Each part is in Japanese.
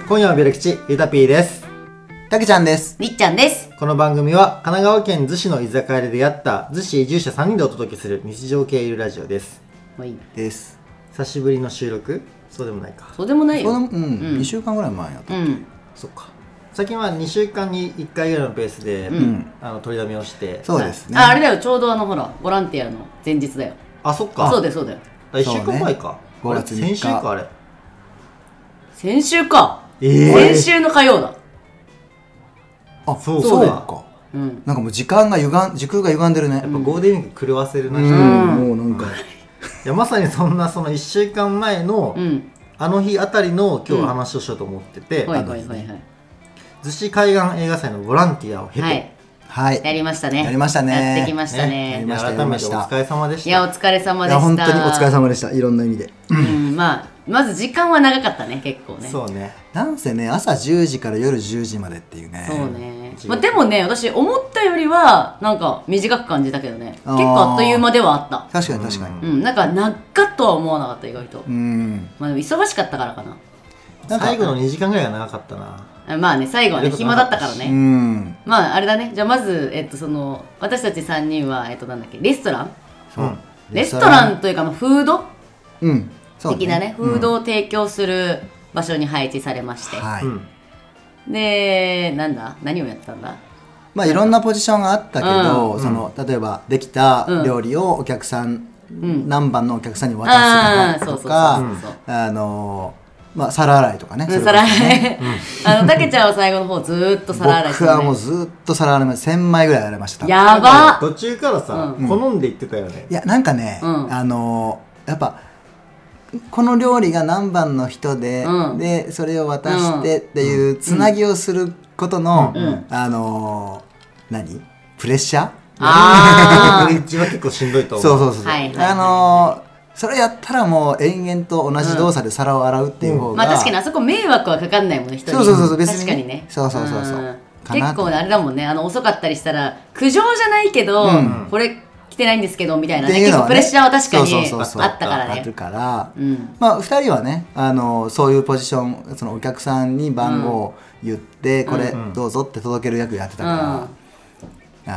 今夜はベル吉ゆたぴーです。 たけちゃんです。 りっちゃんです。 この番組は神奈川県逗子の居酒屋で出会った逗子移住者3人でお届けする日常系ゆるラジオです。 はいです。 久しぶりの収録？そうでもないか。 そうでもないよ。 2週間ぐらい前やった。 そっか。最近は2週間に1回ぐらいのペースで、取りだめをして。 そうですね。 あれだよ、ちょうどほらボランティアの前日だよ。 あ、そっか。 そうだよそうだよ。 1週間前か。 5月3日。 先週かあれ。 先週か。先週の火曜だ。 あ、そうか。なんかもう時空が歪んでるね。 やっぱゴールデンウィーク狂わせるな。 もうなんか。 いやまさにその1週間前のあの日あたりの今日話をしようと思ってて、逗子海岸映画祭のボランティアを経て、 はい、 やりましたね。 やってきましたね。 改めてお疲れ様でした。 いやお疲れ様でした。 本当にお疲れ様でした。いろんな意味で。 まず時間は長かったね、結構ね。 そうね。 なんせね、朝10時から夜10時までっていうね。 そうね。でもね、私思ったよりはなんか短く感じたけどね。結構あっという間ではあった。 確かに。 なんか長っとは思わなかった意外と。まあでも忙しかったからかな。 最後の2時間ぐらいが長かったな。 まあね、最後はね暇だったからね。まああれだね。じゃあまず私たち3人はなんだっけ、レストラン？レストランというかフード？的なね、フードを提供する場所に配置されまして、で何をやってたんだ。 まあいろんなポジションがあったけど、例えばできた料理をお客さん、何番のお客さんに渡すとか、まあ皿洗いとかね。 皿洗い。たけちゃんは最後の方ずーっと皿洗いして僕はもうずっと皿洗いまで1000枚ぐらいやられました。 やばっ。 途中からさ好んで言ってたよね。 いやなんかね、やっぱこの料理が何番の人で、でそれを渡してっていうつなぎをすることのプレッシャー。 プレッシャーは結構しんどいと思う。 そうそれやったらもう延々と同じ動作で皿を洗うっていう方が、 まあ確かにあそこ迷惑はかかんないもんね、人に。 そう別に確かにね。 そう結構あれだもんね、遅かったりしたら苦情じゃないけど、これ来てないんですけどみたいなね、結構プレッシャーは確かにあったからね。 あるから、まあ2人はね、そういうポジション、そのお客さんに番号を言ってこれどうぞって届ける役やってたから、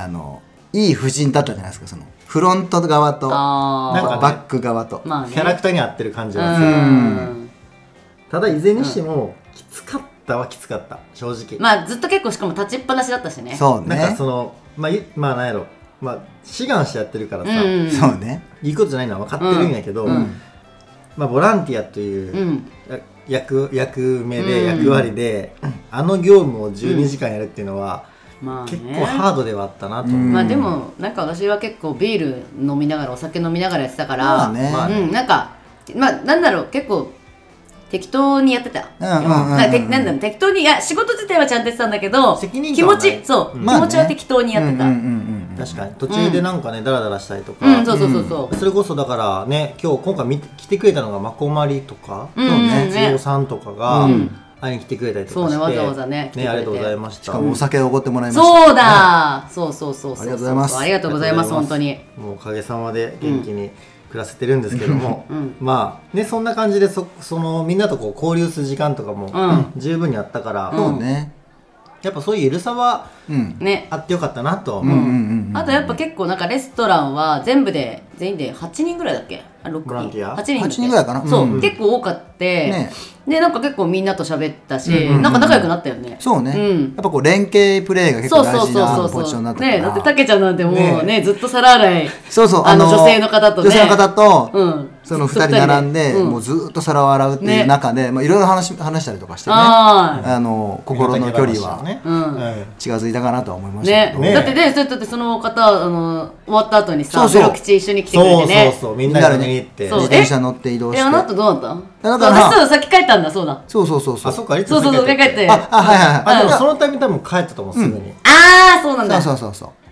いい布陣だったじゃないですか、そのフロント側とバック側と、 キャラクターに合ってる感じがする。ただいずれにしてもきつかった正直。 まあずっと結構しかも立ちっぱなしだったしね。 そうね。 なんかまあなんやろ、志願してやってるからさ、 そうね、 いいことじゃないのは分かってるんやけど、まあボランティアという役目で役割で業務を12時間やるっていうのは結構ハードではあったなと思う。 まあでもなんか私は結構ビール飲みながらお酒飲みながらやってたから、なんかなんだろう、結構適当にやってた。適当に、いや仕事自体はちゃんとやってたんだけど、気持ちは適当にやってた。 確かに途中でなんかねダラダラしたりとか、それこそだからね、今回来てくれたのがまこまりとか千代さんとかが会いに来てくれたりとかして、 わざわざね、 ありがとうございました。 しかもお酒をおごってもらいました。 そうだ、そうありがとうございます。 ありがとうございます。本当にもうおかげさまで元気に暮らせてるんですけども、まあね、そんな感じでみんなとこう交流する時間とかも十分にあったから、やっぱそういうゆるさはあってよかったなと思う。 あとやっぱ結構なんかレストランは全員で8人ぐらいだっけ、 ボランティア 8 人ぐらいかな。 そう結構多かってで、なんか結構みんなと喋ったし、なんか仲良くなったよね。 そうね、やっぱこう連携プレーが結構大事なポジションになったから。 だってたけちゃんなんてもうね、ずっと皿洗い、 女性の方とその2人並んでもうずっと皿を洗うっていう中でいろいろ話したりとかしてね、心の距離は近づいたかなとは思いましたけど。 だってその方終わった後にさ、ベロ吉一緒に来てくれてね、 みんなで見に行って自転車乗って移動して。 あの後どうだった？私先帰ったんだ。そうだ、 そうあ、そっか、いつそう帰って、 でもそのタイミング多分帰ったと思う、すぐに。 ああ、そうなんだ。 そう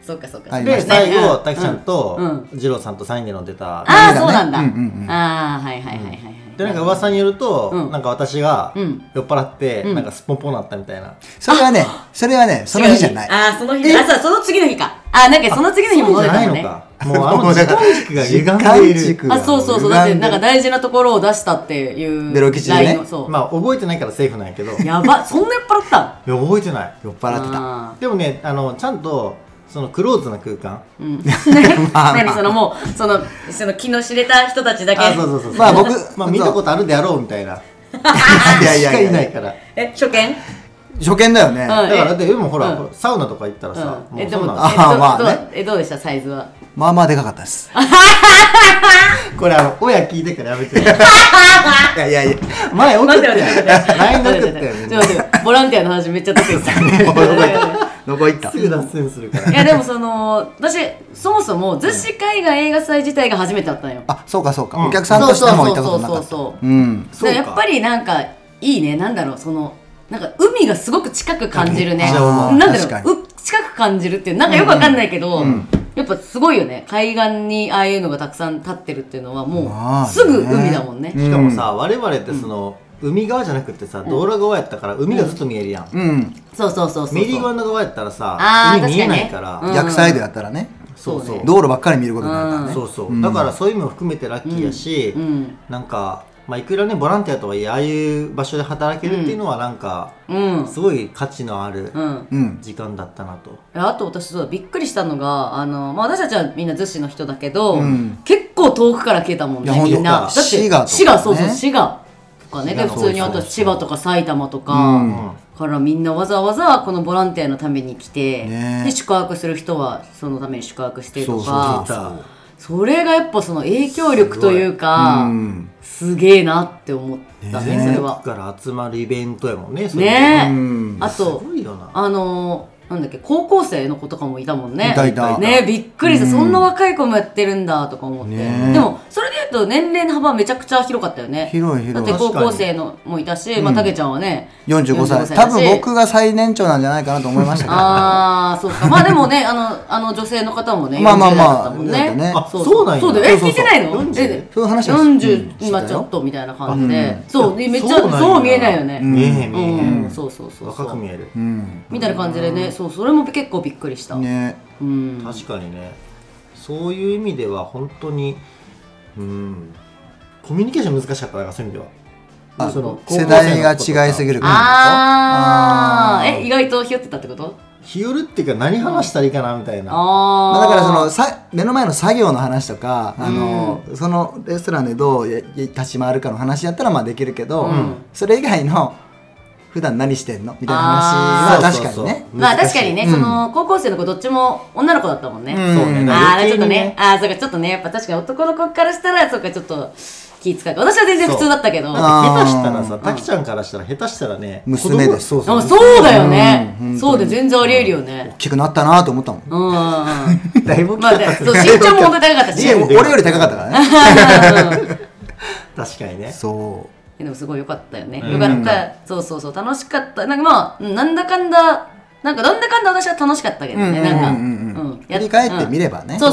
そうかそうか。 で最後たきちゃんと二郎さんと3人で飲んでた。 ああそうなんだ。ああはいはいはいはい。 でなんか噂によるとなんか私が酔っ払ってなんかすっぽんぽんなったみたいな。 それはねその日じゃない。 ああその日。あその次の日か。あなんかその次の日も飲んでたもんね。 もうあの時間軸が歪んでいる。 あそうそうそうだってなんか大事なところを出したっていうベロ吉でね。 まあ覚えてないからセーフなんやけど。 やばそんな酔っ払った？ いや覚えてない。 酔っ払ってた。 でもねちゃんとそのクローズな空間。 何そのもうその気の知れた人たちだけ。 あそうそうそう。 まあ僕見たことあるであろうみたいな。 いやいやいないから。 初見？ 初見だよね。 だからでもほらサウナとか行ったらさ、 でもどうでしたサイズは？ まあまあでかかったです。 これ親聞いてからやめて。いや前送って LINE 送ってボランティアの話めっちゃ得意です。 どこ行った？ すぐ脱線するから。 いやでも私そもそも逗子海岸映画祭自体が初めてだったのよ。 あそうかそうか。お客さんとしても行ったことなかった。 そうやっぱりなんかいいねなんだろうなんか海がすごく近く感じるね。なんだろう近く感じるっていうなんかよくわかんないけど。やっぱすごいよね海岸にああいうのがたくさん立ってるっていうのはもうすぐ海だもんね。 しかもさ我々って海側じゃなくてさ道路側やったから海がずっと見えるやん。 そうメリーゴンド側やったらさ海見えないから逆サイドやったらねそう道路ばっかり見ることになるからね。 そうだからそういうのも含めてラッキーやしなんかいくらねボランティアとはいえああいう場所で働けるっていうのはなんかすごい価値のある時間だったなと。 あと私びっくりしたのが私たちはみんな逗子の人だけど結構遠くから来たもんねみんな。だって滋賀そう滋賀とかねで普通に私千葉とか埼玉とかからみんなわざわざこのボランティアのために来てで宿泊する人はそのために宿泊してとかそれがやっぱその影響力というかすげえなって思ったねそれは。 から集まるイベントやもんね。 あとなんだっけ高校生の子とかもいたもんね。 いたねびっくりしたそんな若い子もやってるんだとか思ってでもそれでいうと年齢の幅めちゃくちゃ広かったよね。 広いだって高校生のもいたしたけちゃんはね 45歳多分僕が最年長なんじゃないかなと思いましたけど。 ああそうかまあでもね女性の方もねまあまあまあ 40代だったもんね。 そうなんや。 そうだよ聞いてないの？ そういう話は 40今ちょっとみたいな感じでそうめっちゃそう見えないよね。 見えへんそう若く見えるみたいな感じでねそれも結構びっくりしたね。 確かにねそういう意味では本当にコミュニケーション難しかったからそういう意味では世代が違いすぎるから意外とひよってたってこと？ ひよるっていうか何話したらいいかなみたいな。 だから目の前の作業の話とかそのレストランでどう立ち回るかの話やったらまあできるけどそれ以外の普段何してんのみたいな話は確かにね。 まあ確かにね高校生の子どっちも女の子だったもんね。 そうね。 ちょっとねそうかちょっとねやっぱ確かに男の子からしたらそうかちょっと気使う私は全然普通だったけど下手したらさたきちゃんからしたら下手したらね娘です。 そうだよね。そうで全然ありえるよね。 大きくなったなと思ったもん。 だいぶ身長も本当に高かったし俺より高かったからね。 確かにね。 そうでもすごい良かったよね。よかった。そう楽しかった。なんかまあなんだかんだ私は楽しかったけどね。 振り返ってみればね。 そう。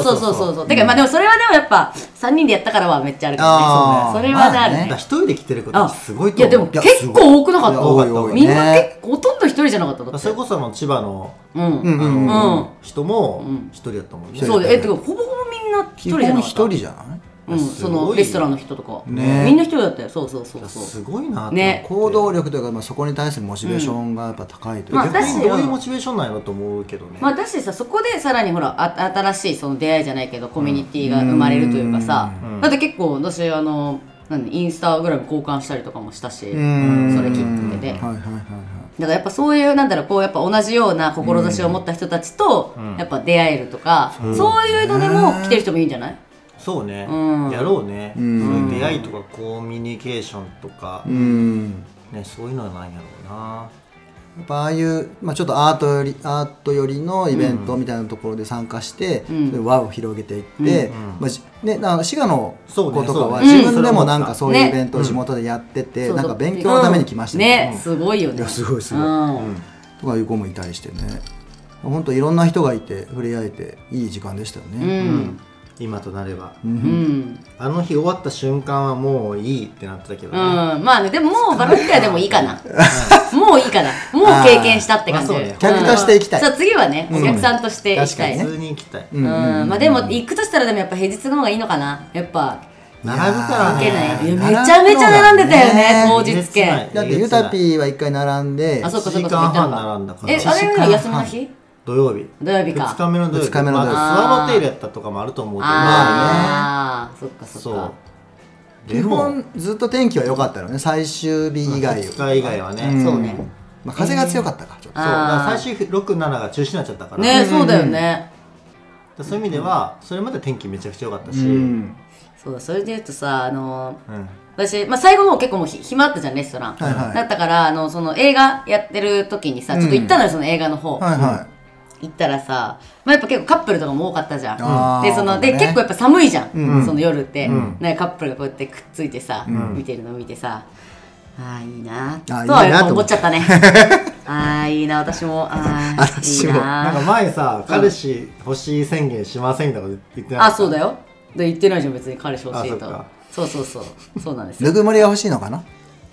てかまあでもそれはでもやっぱ3人でやったからはめっちゃあるからね。それはあるね。 一人で来てることすごいと思う。 いやでも結構多くなかった。みんなほとんど一人じゃなかった。 それこそ千葉の人も一人やったもんね。 そうでてかほぼほぼみんな一人じゃなかった。 一人じゃない？ そのレストランの人とかみんな一人だったよ。そうすごいなね。 行動力というかそこに対するモチベーションがやっぱ高いというか逆にどういうモチベーションなんやろと思うけどね。 まあだしさそこでさらにほら新しいその出会いじゃないけどコミュニティが生まれるというかさだって結構私インスタグラム交換したりとかもしたしそれきっかけでだからやっぱそういうやっぱ同じような志を持った人たちとやっぱ出会えるとかそういうのでも来てる人もいいんじゃない？ そうね、やろうね、そういう出会いとかコミュニケーションとか、ね、そういうのはなんやろうな。 やっぱああいう、ちょっとアートよりのイベントみたいなところで参加して、輪を広げていって、滋賀の子とかは自分でもなんかそういうイベントを地元でやってて、なんか勉強のために来ましたね。すごいよね。 すごいとかいう子もいたりしてね。 本当いろんな人がいて触れ合えていい時間でしたよね、 今となれば、あの日終わった瞬間はもういいってなってたけどね、 まあね、でももうボランティアでもいいかなもういいかな、もう経験したって感じで、 客として行きたい、 そう次はね、お客さんとして行きたい、 普通に行きたい、 まあでも行くとしたらでもやっぱ平日の方がいいのかな、やっぱ並ぶからね、 めちゃめちゃ並んでたよね、当日券。 だってユタピーは1回並んであ、そうかそうか、 1時間半並んだから、 あれが休みの日、 土曜日か 2日目の土曜日、 スワロテールやったとかもあると思うけど、 ああ、そっかそっか。 基本ずっと天気は良かったのね、最終日以外 2日以外はね、 そうね、 風が強かったか、ちょっとそうだから最終6、7が中止になっちゃったからね、そうだよね。 そういう意味ではそれまで天気めちゃくちゃ良かったし、 そうだ、それで言うとさ、私、最後も結構もう暇あったじゃん、レストラン、だったからその映画やってる時にさ、ちょっと行ったのよ、その映画の方、行ったらさ、やっぱ結構カップルとかも多かったじゃん、で結構やっぱ寒いじゃん、その夜って、カップルがこうやってくっついてさ、見てるの見てさ、ああいいなとはやっぱ思っちゃったねああいいな、私もいいな。 なんか前さ、彼氏欲しい宣言しませんとか言ってなかった？ あ、そうだよ、で言ってないじゃん、別に彼氏欲しいと。そうなんですよ。 ぬくもりが欲しいのかな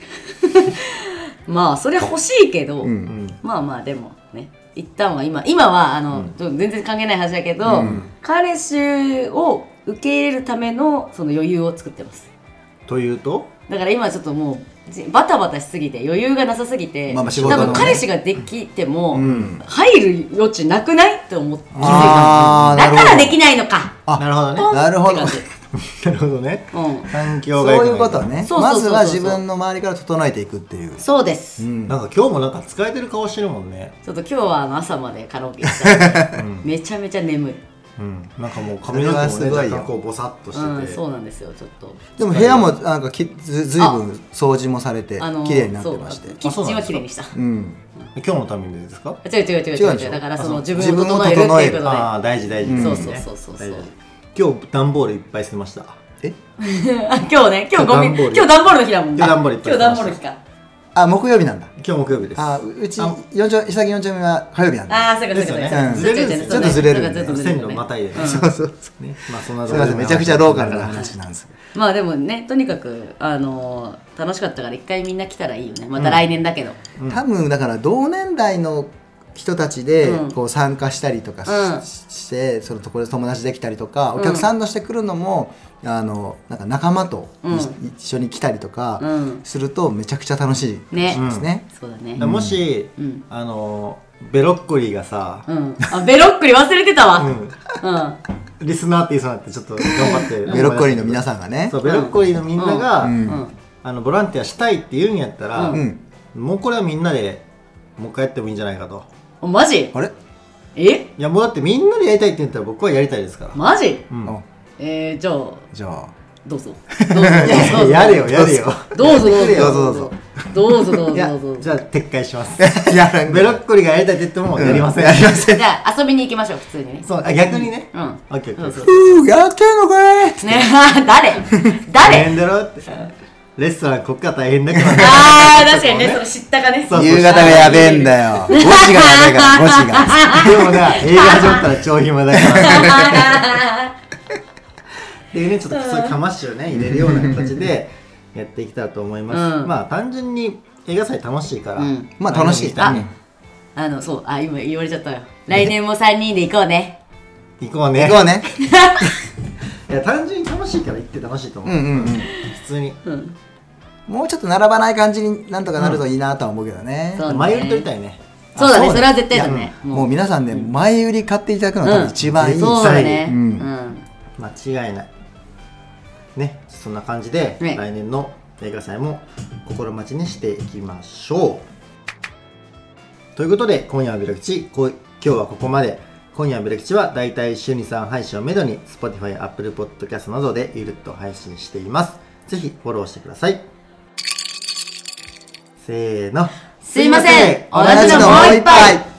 まあそれ欲しいけど、まあでもね、一旦は今は全然関係ない話だけど、彼氏を受け入れるためのその余裕を作ってます。 というと？ だから今ちょっともうバタバタしすぎて余裕がなさすぎて、多分彼氏ができても入る余地なくないって思って気づいた。だからできないのか。 なるほどね。 なるほど。 なるほどね。環境がそういうことね。まずは自分の周りから整えていくっていう。 そうです。 なんか今日もなんか疲れてる顔してるもんね。 ちょっと今日は朝までカラオケ行っためちゃめちゃ眠い。 なんかもう髪の毛もね、若干こうボサッとしてて、 そうなんですよ、ちょっと。 でも部屋もなんかずいぶん掃除もされて綺麗になってまして、 キッチンは綺麗にした。 今日のためにですか？ 違う、だからその自分を整えるっていうことで。 ああ、大事。 そう今日段ボールいっぱい捨てました。 今日ゴミ、今日段ボールの日だもんね。 今日段ボールいっぱい捨てました。 今日段ボールの日か。 木曜日なんだ。 今日木曜日です。 うち潔4丁目は火曜日なんだ。 そうかですよね。 ちょっとずれる。 線路またいでね。 そうね。 まあそんなところでめちゃくちゃローカルな話なんですけど。 まあでもね、とにかく楽しかったから一回みんな来たらいいよね。また来年だけど。 多分だから同年代の人たちでこう参加したりとかして、そのところで友達できたりとか、お客さんとして来るのもなんか仲間と一緒に来たりとかするとめちゃくちゃ楽しいですね。 そうだね。 もしベロッコリーがさ、 ベロッコリー忘れてたわ。 リスナーって言いそうになってちょっと頑張ってベロッコリーの皆さんがね、 そうベロッコリーのみんながボランティアしたいって言うんやったら、もうこれはみんなでもう一回やってもいいんじゃないかと。 マジ？ あれ？ いやもうだってみんなでやりたいって言ったら僕はやりたいですから。 マジ？じゃあどうぞ。 やれよ。 どうぞ。 じゃあ撤回します。ベロッコリーがやりたいって言ってもやりません。 じゃあ遊びに行きましょう、普通にね。 そう、逆にね。 やってんのかい？ ね、誰？ 変だろって。レストランこっから大変だからね。 確かにね、その知ったかね。 夕方がやべえんだよ。5時がやべえから、5時が。 でもな、映画始まったら超暇だから。でね、ちょっとそういうかましをね、入れるような形でやっていきたらと思います。まあ単純に映画祭楽しいから。 まあ楽しい。 そう、今言われちゃったよ。来年も3人で行こうね。 行こうね。いや単純に楽しいから行って楽しいと思う。普通に。 もうちょっと並ばない感じになんとかなるといいなとは思うけどね。 前売り取りたいね。 そうだね、それは絶対だね。 もう皆さんね、前売り買っていただくのが多分一番いい。 そうだね。 間違いない。ね、そんな感じで来年の映画祭も心待ちにしていきましょう。ということで今夜はベロ吉、今日はここまで。今夜はベロ吉はだいたい週に3配信をめどに Spotify、Apple Podcast などでゆるっと配信しています。ぜひフォローしてください。せーの。 すいません、同じのもう一杯。